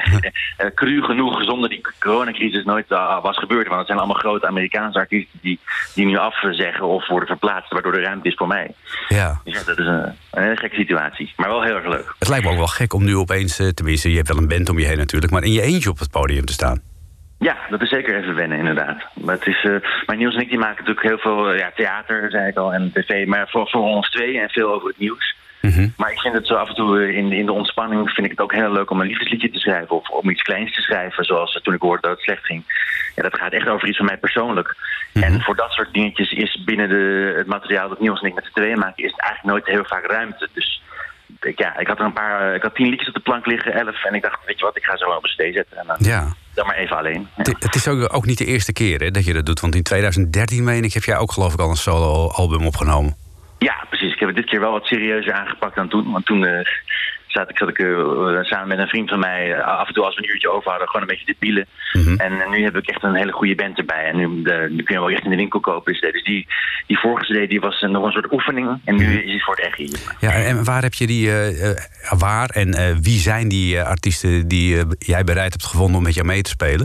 uh, cru genoeg zonder die coronacrisis nooit uh, was gebeurd. Want het zijn allemaal grote Amerikaanse artiesten die, die nu afzeggen of worden verplaatst, waardoor er ruimte is voor mij. Ja. Dus ja, dat is een, een hele gekke situatie. Maar wel heel erg leuk. Het lijkt me ook wel gek om nu opeens, uh, tenminste, je hebt wel een band om je heen natuurlijk, maar in je eentje op het podium te staan. Ja, dat is zeker even wennen, inderdaad. Maar het is, uh, maar Niels en ik die maken natuurlijk heel veel uh, ja, theater, zei ik al, en tv, maar voor, voor ons twee en veel over het nieuws. Mm-hmm. Maar ik vind het zo af en toe in, in de ontspanning vind ik het ook heel leuk om een liefdesliedje te schrijven of om iets kleins te schrijven, zoals Toen ik hoorde dat het slecht ging. Ja, dat gaat echt over iets van mij persoonlijk. Mm-hmm. En voor dat soort dingetjes is binnen de, het materiaal dat Niels en ik met z'n tweeën maken, is het eigenlijk nooit heel vaak ruimte. Dus ik, ja, ik had er een paar, ik had tien liedjes op de plank liggen, elf, en ik dacht, weet je wat, ik ga ze gewoon op een cd zetten en dan, ja. dan maar even alleen. Ja. Het, het is ook, ook niet de eerste keer hè, dat je dat doet, want in twintig dertien, meen ik, heb jij ook geloof ik al een solo-album opgenomen. Ja, precies. Ik heb het dit keer wel wat serieuzer aangepakt dan toen. Want toen uh, zat ik, zat ik uh, samen met een vriend van mij, uh, af en toe als we een uurtje over hadden, gewoon een beetje te pielen. Mm-hmm. En uh, nu heb ik echt een hele goede band erbij. En nu, de, nu kun je wel echt in de winkel kopen. Dus die, die vorige cd die was uh, nog een soort oefening. En nu is het voor het echt hier. Ja, en waar heb je die, uh, uh, waar en uh, wie zijn die uh, artiesten die uh, jij bereid hebt gevonden om met jou mee te spelen?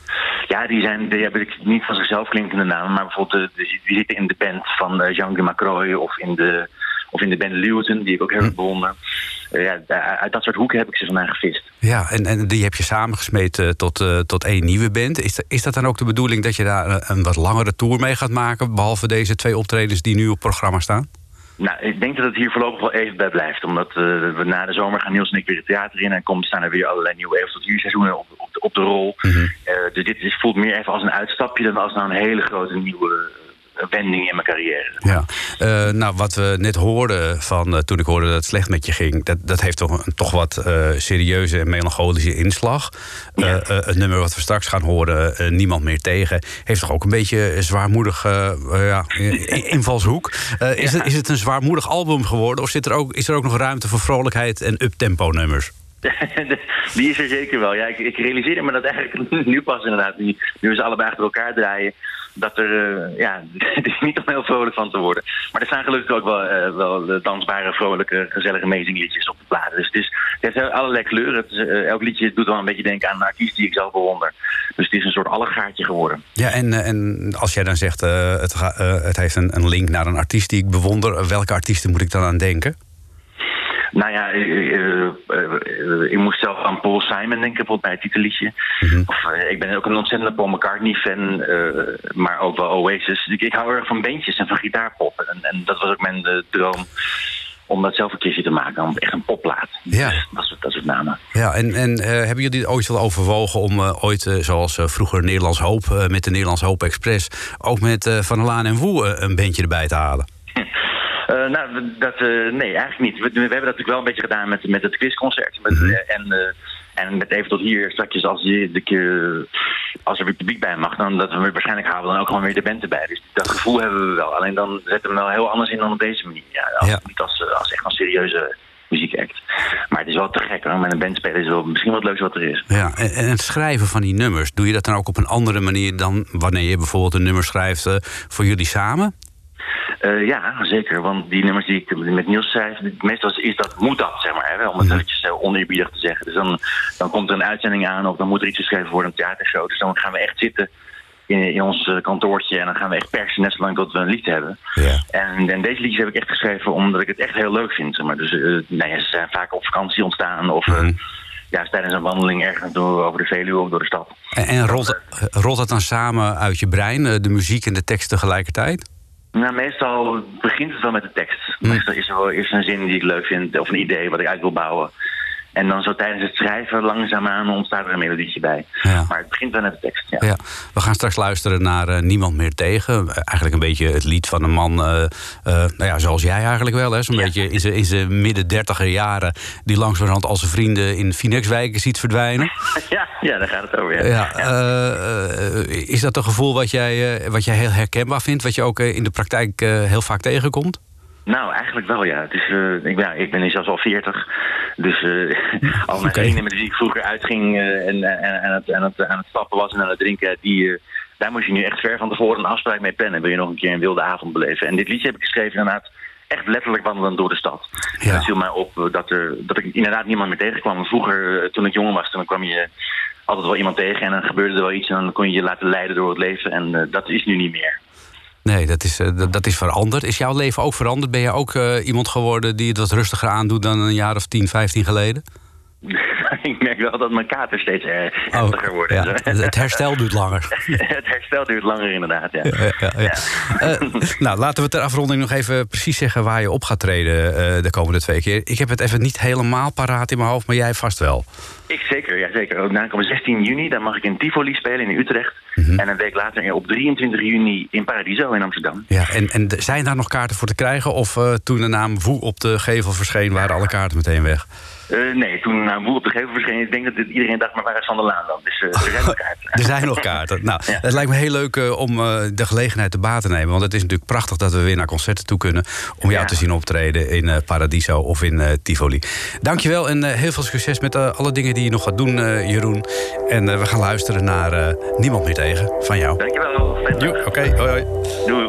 Ja, die, zijn, die hebben niet van zichzelf klinkende namen, maar bijvoorbeeld de, de, die zitten in de band van uh, Jean de Macroy of in de Of in de band Luton, die ik ook heel erg bewonder. Uh, ja, uit dat soort hoeken heb ik ze vandaan gevist. Ja, en, en die heb je samengesmeed uh, tot, uh, tot één nieuwe band. Is, is dat dan ook de bedoeling dat je daar een, een wat langere tour mee gaat maken, behalve deze twee optredens die nu op programma staan? Nou, ik denk dat het hier voorlopig wel even bij blijft. Omdat uh, we na de zomer gaan Niels en ik weer het theater in. En komen staan er weer allerlei nieuwe even tot vier seizoenen op, op, de, op de rol. Mm-hmm. uh, dus dit is, voelt meer even als een uitstapje dan als nou een hele grote nieuwe wending in mijn carrière. Ja, uh, nou wat we net hoorden van uh, toen ik hoorde dat het slecht met je ging, dat, dat heeft toch een toch wat uh, serieuze en melancholische inslag. Ja. Uh, uh, het nummer wat we straks gaan horen, uh, Niemand meer tegen, heeft toch ook een beetje een zwaarmoedige uh, ja, invalshoek. Uh, is, ja. het, is het een zwaarmoedig album geworden of zit er ook, is er ook nog ruimte voor vrolijkheid en uptempo nummers? Die is er zeker wel. Ja, ik, ik realiseerde me dat eigenlijk nu pas inderdaad. Nu, nu we ze allebei achter elkaar draaien. Dat er, uh, ja, het is niet om heel vrolijk van te worden. Maar er staan gelukkig ook wel, uh, wel dansbare, vrolijke, gezellige meezingliedjes op de platen. Dus het, is, het heeft allerlei kleuren. Het is, uh, elk liedje doet wel een beetje denken aan een artiest die ik zelf bewonder. Dus het is een soort allegaartje geworden. Ja, en, en als jij dan zegt, uh, het, ga, uh, het heeft een, een link naar een artiest die ik bewonder. Welke artiesten moet ik dan aan denken? Nou ja, uh, uh, uh, ik moest zelf aan Paul Simon denken, bijvoorbeeld bij het titelliedje. Mm-hmm. Of, uh, ik ben ook een ontzettende Paul McCartney-fan, uh, maar ook wel Oasis. Ik, ik hou erg van bandjes en van gitaarpop. En, en dat was ook mijn uh, droom om dat zelf een keertje te maken. Om echt een popplaat. Ja. Dus dat is, dat is het namen. Ja, en, en uh, hebben jullie ooit wel overwogen om uh, ooit, uh, zoals uh, vroeger Nederlands Hoop, uh, met de Nederlands Hoop Express, ook met uh, Van der Laan en Woe uh, een bandje erbij te halen? Uh, nou, dat, uh, nee, eigenlijk niet. We, we hebben dat natuurlijk wel een beetje gedaan met, met het quizconcert. Met, mm-hmm. uh, en, uh, en met even tot hier, straks als, je de keer, als er weer publiek bij mag, dan dat we waarschijnlijk halen we dan ook gewoon weer de band erbij. Dus dat gevoel hebben we wel. Alleen dan zetten we hem wel heel anders in dan op deze manier. Ja, als, ja. Niet als, als echt een serieuze muziekact. Maar het is wel te gek hoor. Met een band spelen is wel misschien wat leuks wat er is. Ja, en, en het schrijven van die nummers, doe je dat dan ook op een andere manier dan wanneer je bijvoorbeeld een nummer schrijft uh, voor jullie samen? Uh, ja, zeker. Want die nummers die ik met Niels schrijf, meestal is dat, moet dat, zeg maar. Hè, om het eventjes uh, oneerbiedig te zeggen. Dus dan, dan komt er een uitzending aan of dan moet er iets geschreven worden, een theatershow. Dus dan gaan we echt zitten in, in ons uh, kantoortje en dan gaan we echt persen net zolang tot we een lied hebben. Ja. En, en deze liedjes heb ik echt geschreven omdat ik het echt heel leuk vind, zeg maar. Dus uh, nou ja, ze zijn vaak op vakantie ontstaan of uh, mm. ja, tijdens een wandeling ergens door, over de Veluwe of door de stad. En, en rolt, rolt dat dan samen uit je brein, de muziek en de tekst tegelijkertijd? Nou, meestal begint het wel met de tekst. Mm. Meestal is er wel eerst een zin die ik leuk vind of een idee wat ik uit wil bouwen. En dan zo tijdens het schrijven langzaamaan ontstaat er een melodietje bij. Ja. Maar het begint wel met de tekst, ja. ja. We gaan straks luisteren naar uh, Niemand meer tegen. Uh, eigenlijk een beetje het lied van een man, uh, uh, nou ja, zoals jij eigenlijk wel. Zo'n ja. beetje in zijn, in zijn midden dertiger jaren, die langzamerhand al zijn vrienden in Phoenixwijken ziet verdwijnen. Ja, ja, daar gaat het over, ja. ja, ja. Uh, uh, is dat een gevoel wat jij, uh, wat jij heel herkenbaar vindt? Wat je ook uh, in de praktijk uh, heel vaak tegenkomt? Nou, eigenlijk wel, ja. Het is, uh, ik, ben, ik ben nu zelfs al veertig. Dus uh, al mijn okay. vrienden met wie ik vroeger uitging uh, en, en, en, het, en het, aan het stappen was en aan het drinken, die, uh, daar moest je nu echt ver van tevoren een afspraak mee plannen. Wil je nog een keer een wilde avond beleven? En dit liedje heb ik geschreven inderdaad echt letterlijk wandelend door de stad. Ja. Het viel mij op dat, er, dat ik inderdaad niemand meer tegenkwam. Vroeger, uh, toen ik jong was, toen kwam je altijd wel iemand tegen en dan gebeurde er wel iets en dan kon je je laten leiden door het leven. En uh, dat is nu niet meer. Nee, dat is, uh, dat, dat is veranderd. Is jouw leven ook veranderd? Ben je ook uh, iemand geworden die het wat rustiger aandoet dan een jaar of tien, vijftien geleden? Ik merk wel dat mijn kater steeds heftiger oh, wordt. Ja, het herstel duurt langer. Het herstel duurt langer, inderdaad, ja. ja, ja, ja. ja. Uh, nou, laten we ter afronding nog even precies zeggen waar je op gaat treden uh, de komende twee keer. Ik heb het even niet helemaal paraat in mijn hoofd, maar jij vast wel. Ik zeker, ja zeker. Na op zestien juni, dan mag ik in Tivoli spelen in Utrecht. Mm-hmm. En een week later op drieëntwintig juni in Paradiso in Amsterdam. Ja, en, en zijn daar nog kaarten voor te krijgen? Of uh, toen de naam Woe op de gevel verscheen, waren alle kaarten meteen weg? Uh, nee, toen nou, Woe op de gevel verscheen, ik denk dat dit, iedereen dacht, maar waar is Van der Laan dan? Dus uh, er zijn nog kaarten. Er zijn nog kaarten. Nou, ja. Het lijkt me heel leuk uh, om uh, de gelegenheid te baat te nemen. Want het is natuurlijk prachtig dat we weer naar concerten toe kunnen om jou ja. te zien optreden in uh, Paradiso of in uh, Tivoli. Dankjewel en uh, heel veel succes met uh, alle dingen die je nog gaat doen, uh, Jeroen. En uh, we gaan luisteren naar uh, Niemand meer tegen van jou. Dankjewel. Oké, okay, hoi hoi. Doei.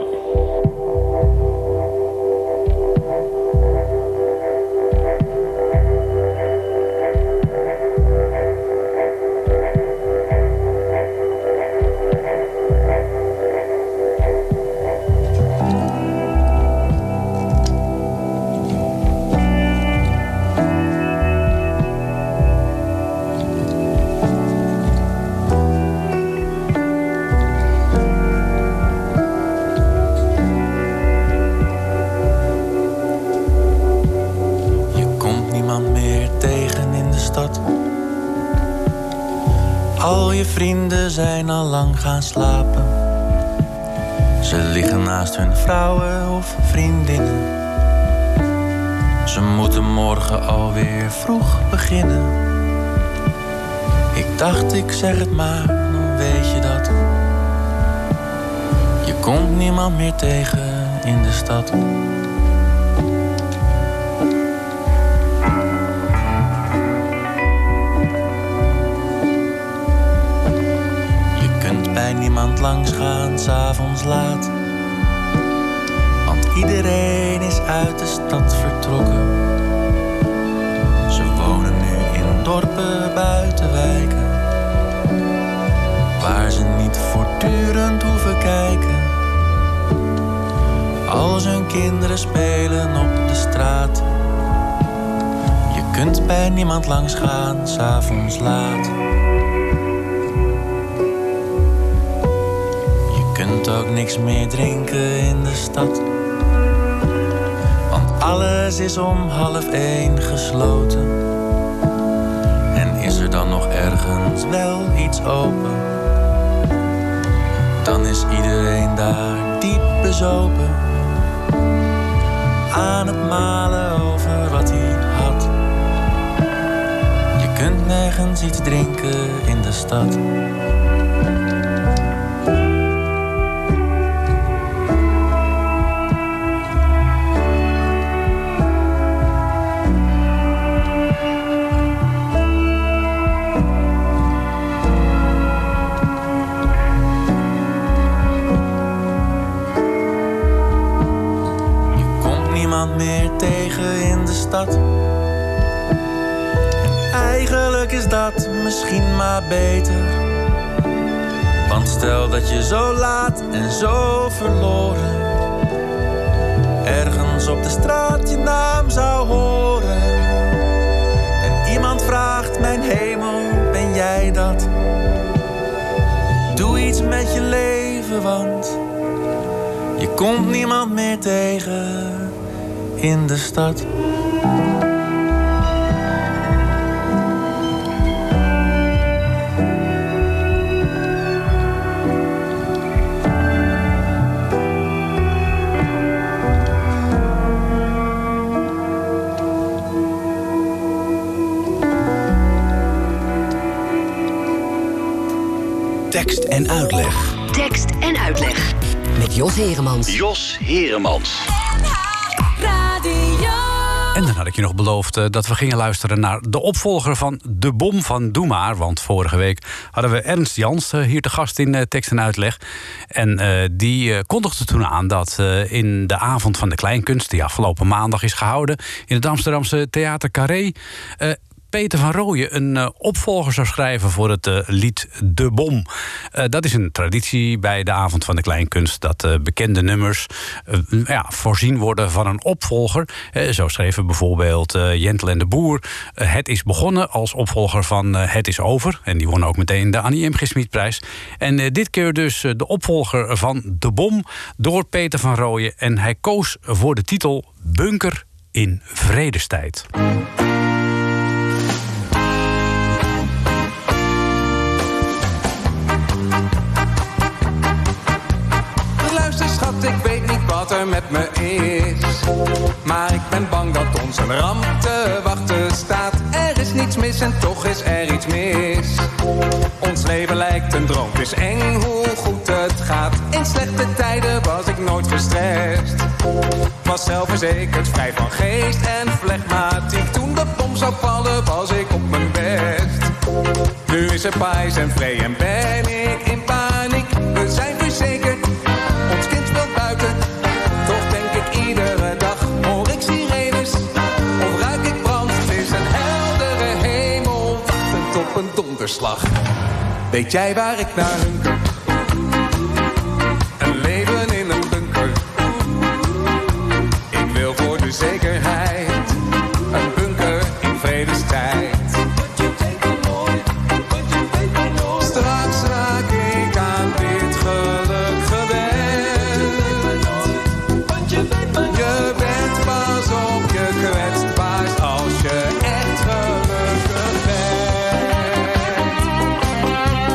Al je vrienden zijn al lang gaan slapen. Ze liggen naast hun vrouwen of vriendinnen. Ze moeten morgen alweer vroeg beginnen. Ik dacht, ik zeg het maar, dan weet je dat. Je komt niemand meer tegen in de stad. Je kunt bij niemand langs gaan, 's avonds laat. Want iedereen is uit de stad vertrokken. Ze wonen nu in dorpen buiten wijken, waar ze niet voortdurend hoeven kijken. Als hun kinderen spelen op de straat. Je kunt bij niemand langs gaan, 's avonds laat. Je kunt ook niks meer drinken in de stad, want alles is om half één gesloten. En is er dan nog ergens wel iets open, dan is iedereen daar diep bezopen, aan het malen over wat hij had. Je kunt nergens iets drinken in de stad. Meer tegen in de stad. En eigenlijk is dat misschien maar beter, want stel dat je zo laat en zo verloren ergens op de straat je naam zou horen. En iemand vraagt, mijn hemel, ben jij dat? Doe iets met je leven, want je komt niemand meer tegen in de stad. Tekst en uitleg. Tekst en uitleg. Met Jos Heremans. Jos Heremans. En dan had ik je nog beloofd uh, dat we gingen luisteren naar de opvolger van De Bom van Doe Maar. Want vorige week hadden we Ernst Jans uh, hier te gast in uh, Tekst en Uitleg. En uh, die uh, kondigde toen aan dat uh, in de avond van de kleinkunst, die afgelopen maandag is gehouden in het Amsterdamse Theater Carré, Uh, Peter van Rooyen een uh, opvolger zou schrijven voor het uh, lied De Bom. Uh, dat is een traditie bij de Avond van de Kleinkunst, dat uh, bekende nummers uh, ja, voorzien worden van een opvolger. Uh, zo schreven bijvoorbeeld uh, Jentel en de Boer Uh, Het is begonnen als opvolger van uh, Het is over. En die won ook meteen de Annie M G. Schmidprijs. En uh, dit keer dus uh, de opvolger van De Bom door Peter van Rooyen. En hij koos voor de titel Bunker in Vredestijd. Schat, ik weet niet wat er met me is, maar ik ben bang dat ons een ramp te wachten staat. Er is niets mis en toch is er iets mis. Ons leven lijkt een droom, het is eng hoe goed het gaat. In slechte tijden was ik nooit gestrest, was zelfverzekerd, vrij van geest en flegmatiek. Toen de bom zou vallen was ik op mijn best. Nu is er pais en vree en ben ik in paniek. We zijn verzekerd, ons kind speelt buiten. Toch denk ik iedere dag, hoor ik sirenes of ruik ik brand. Het is een heldere hemel, wachtend op een donderslag. Weet jij waar ik naar hunker? Een leven in een bunker. Ik wil voor de zekerheid een bunker in vredestijd. Straks raak ik aan dit geluk gewend. Je bent pas op je kwetsbaarst als je echt gelukkig bent.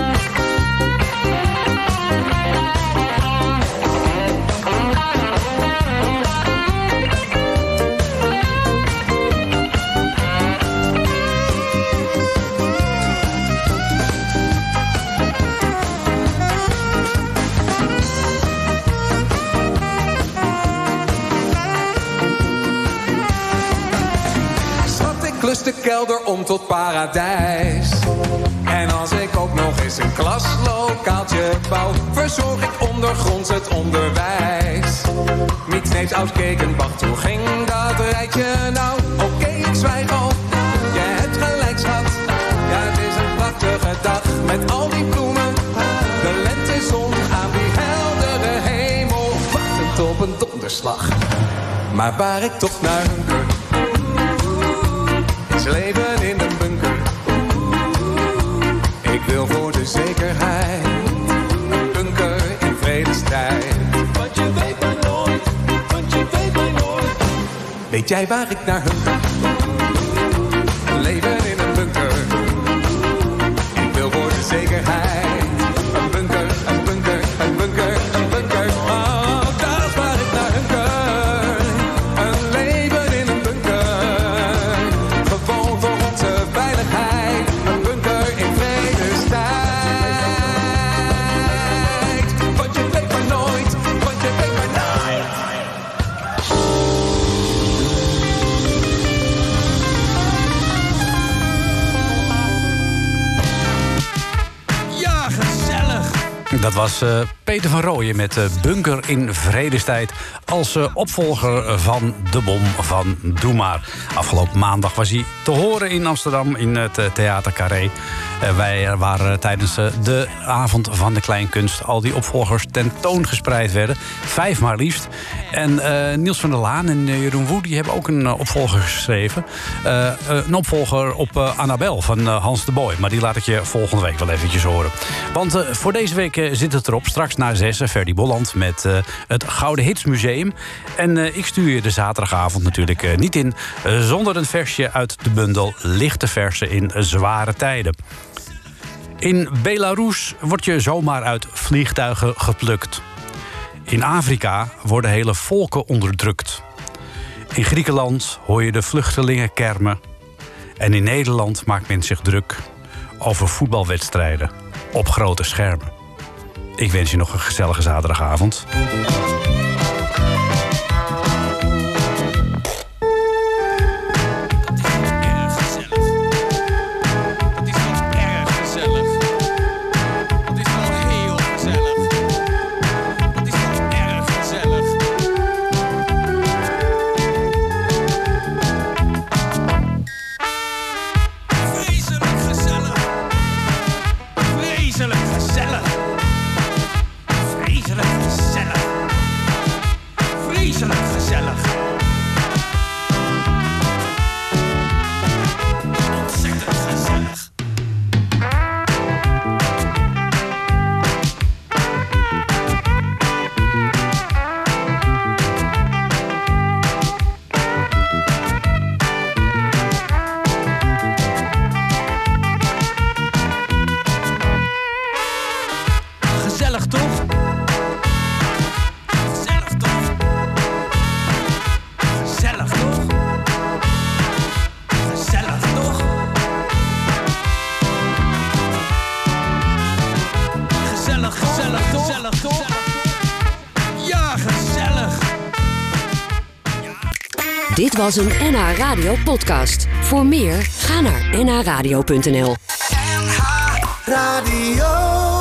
klus de kelder om tot paradijs. En als ik ook nog eens een klaslokaaltje bouw, verzorg ik ondergronds het onderwijs. Miets neemt oud kekenbak, hoe ging dat rijtje nou? Oké, okay, ik zwijg al, je hebt gelijk schat. Ja, het is een prachtige dag met al die bloemen. De lentezon aan die heldere hemel, wachtend op een donderslag. Maar waar ik toch naar hunker, is leven in een bunker. Ik wil voor de zekerheid een bunker in vredestijd. Want je weet maar nooit, want je weet maar nooit. Weet jij waar ik naar hunker? Leven in een bunker. Ik wil voor de zekerheid een bunker, een bunker, een bunker, een bunker. Oh, dat is waar ik naar hunker. Een leven in een bunker. Gewoon voor onze veiligheid. Een bunker in vredestijd. Want je weet maar nooit, want je weet maar nooit. Ja, gezellig. Dat was uh, Peter van Rooyen met uh, Bunker in Vredestijd als uh, opvolger van De Bom van Doe Maar. Afgelopen maandag was hij te horen in Amsterdam in het uh, Theater Carré. Uh, wij waren uh, tijdens uh, de avond van de kleinkunst al die opvolgers tentoongespreid werden. Vijf maar liefst. En uh, Niels van der Laan en uh, Jeroen Woe die hebben ook een uh, opvolger geschreven. Uh, uh, een opvolger op uh, Annabel van uh, Hans de Boy. Maar die laat ik je volgende week wel eventjes horen. Want uh, voor deze week uh, zit het erop. Straks na zessen Ferdy Bolland met uh, het Gouden Hits Museum. En uh, ik stuur je de zaterdagavond natuurlijk uh, niet in uh, zonder een versje uit de bundel Lichte Versen in Zware Tijden. In Belarus word je zomaar uit vliegtuigen geplukt. In Afrika worden hele volken onderdrukt. In Griekenland hoor je de vluchtelingen kermen. En in Nederland maakt men zich druk over voetbalwedstrijden op grote schermen. Ik wens je nog een gezellige zaterdagavond. Dit was een N H Radio podcast. Voor meer, ga naar n h radio punt n l. N H Radio.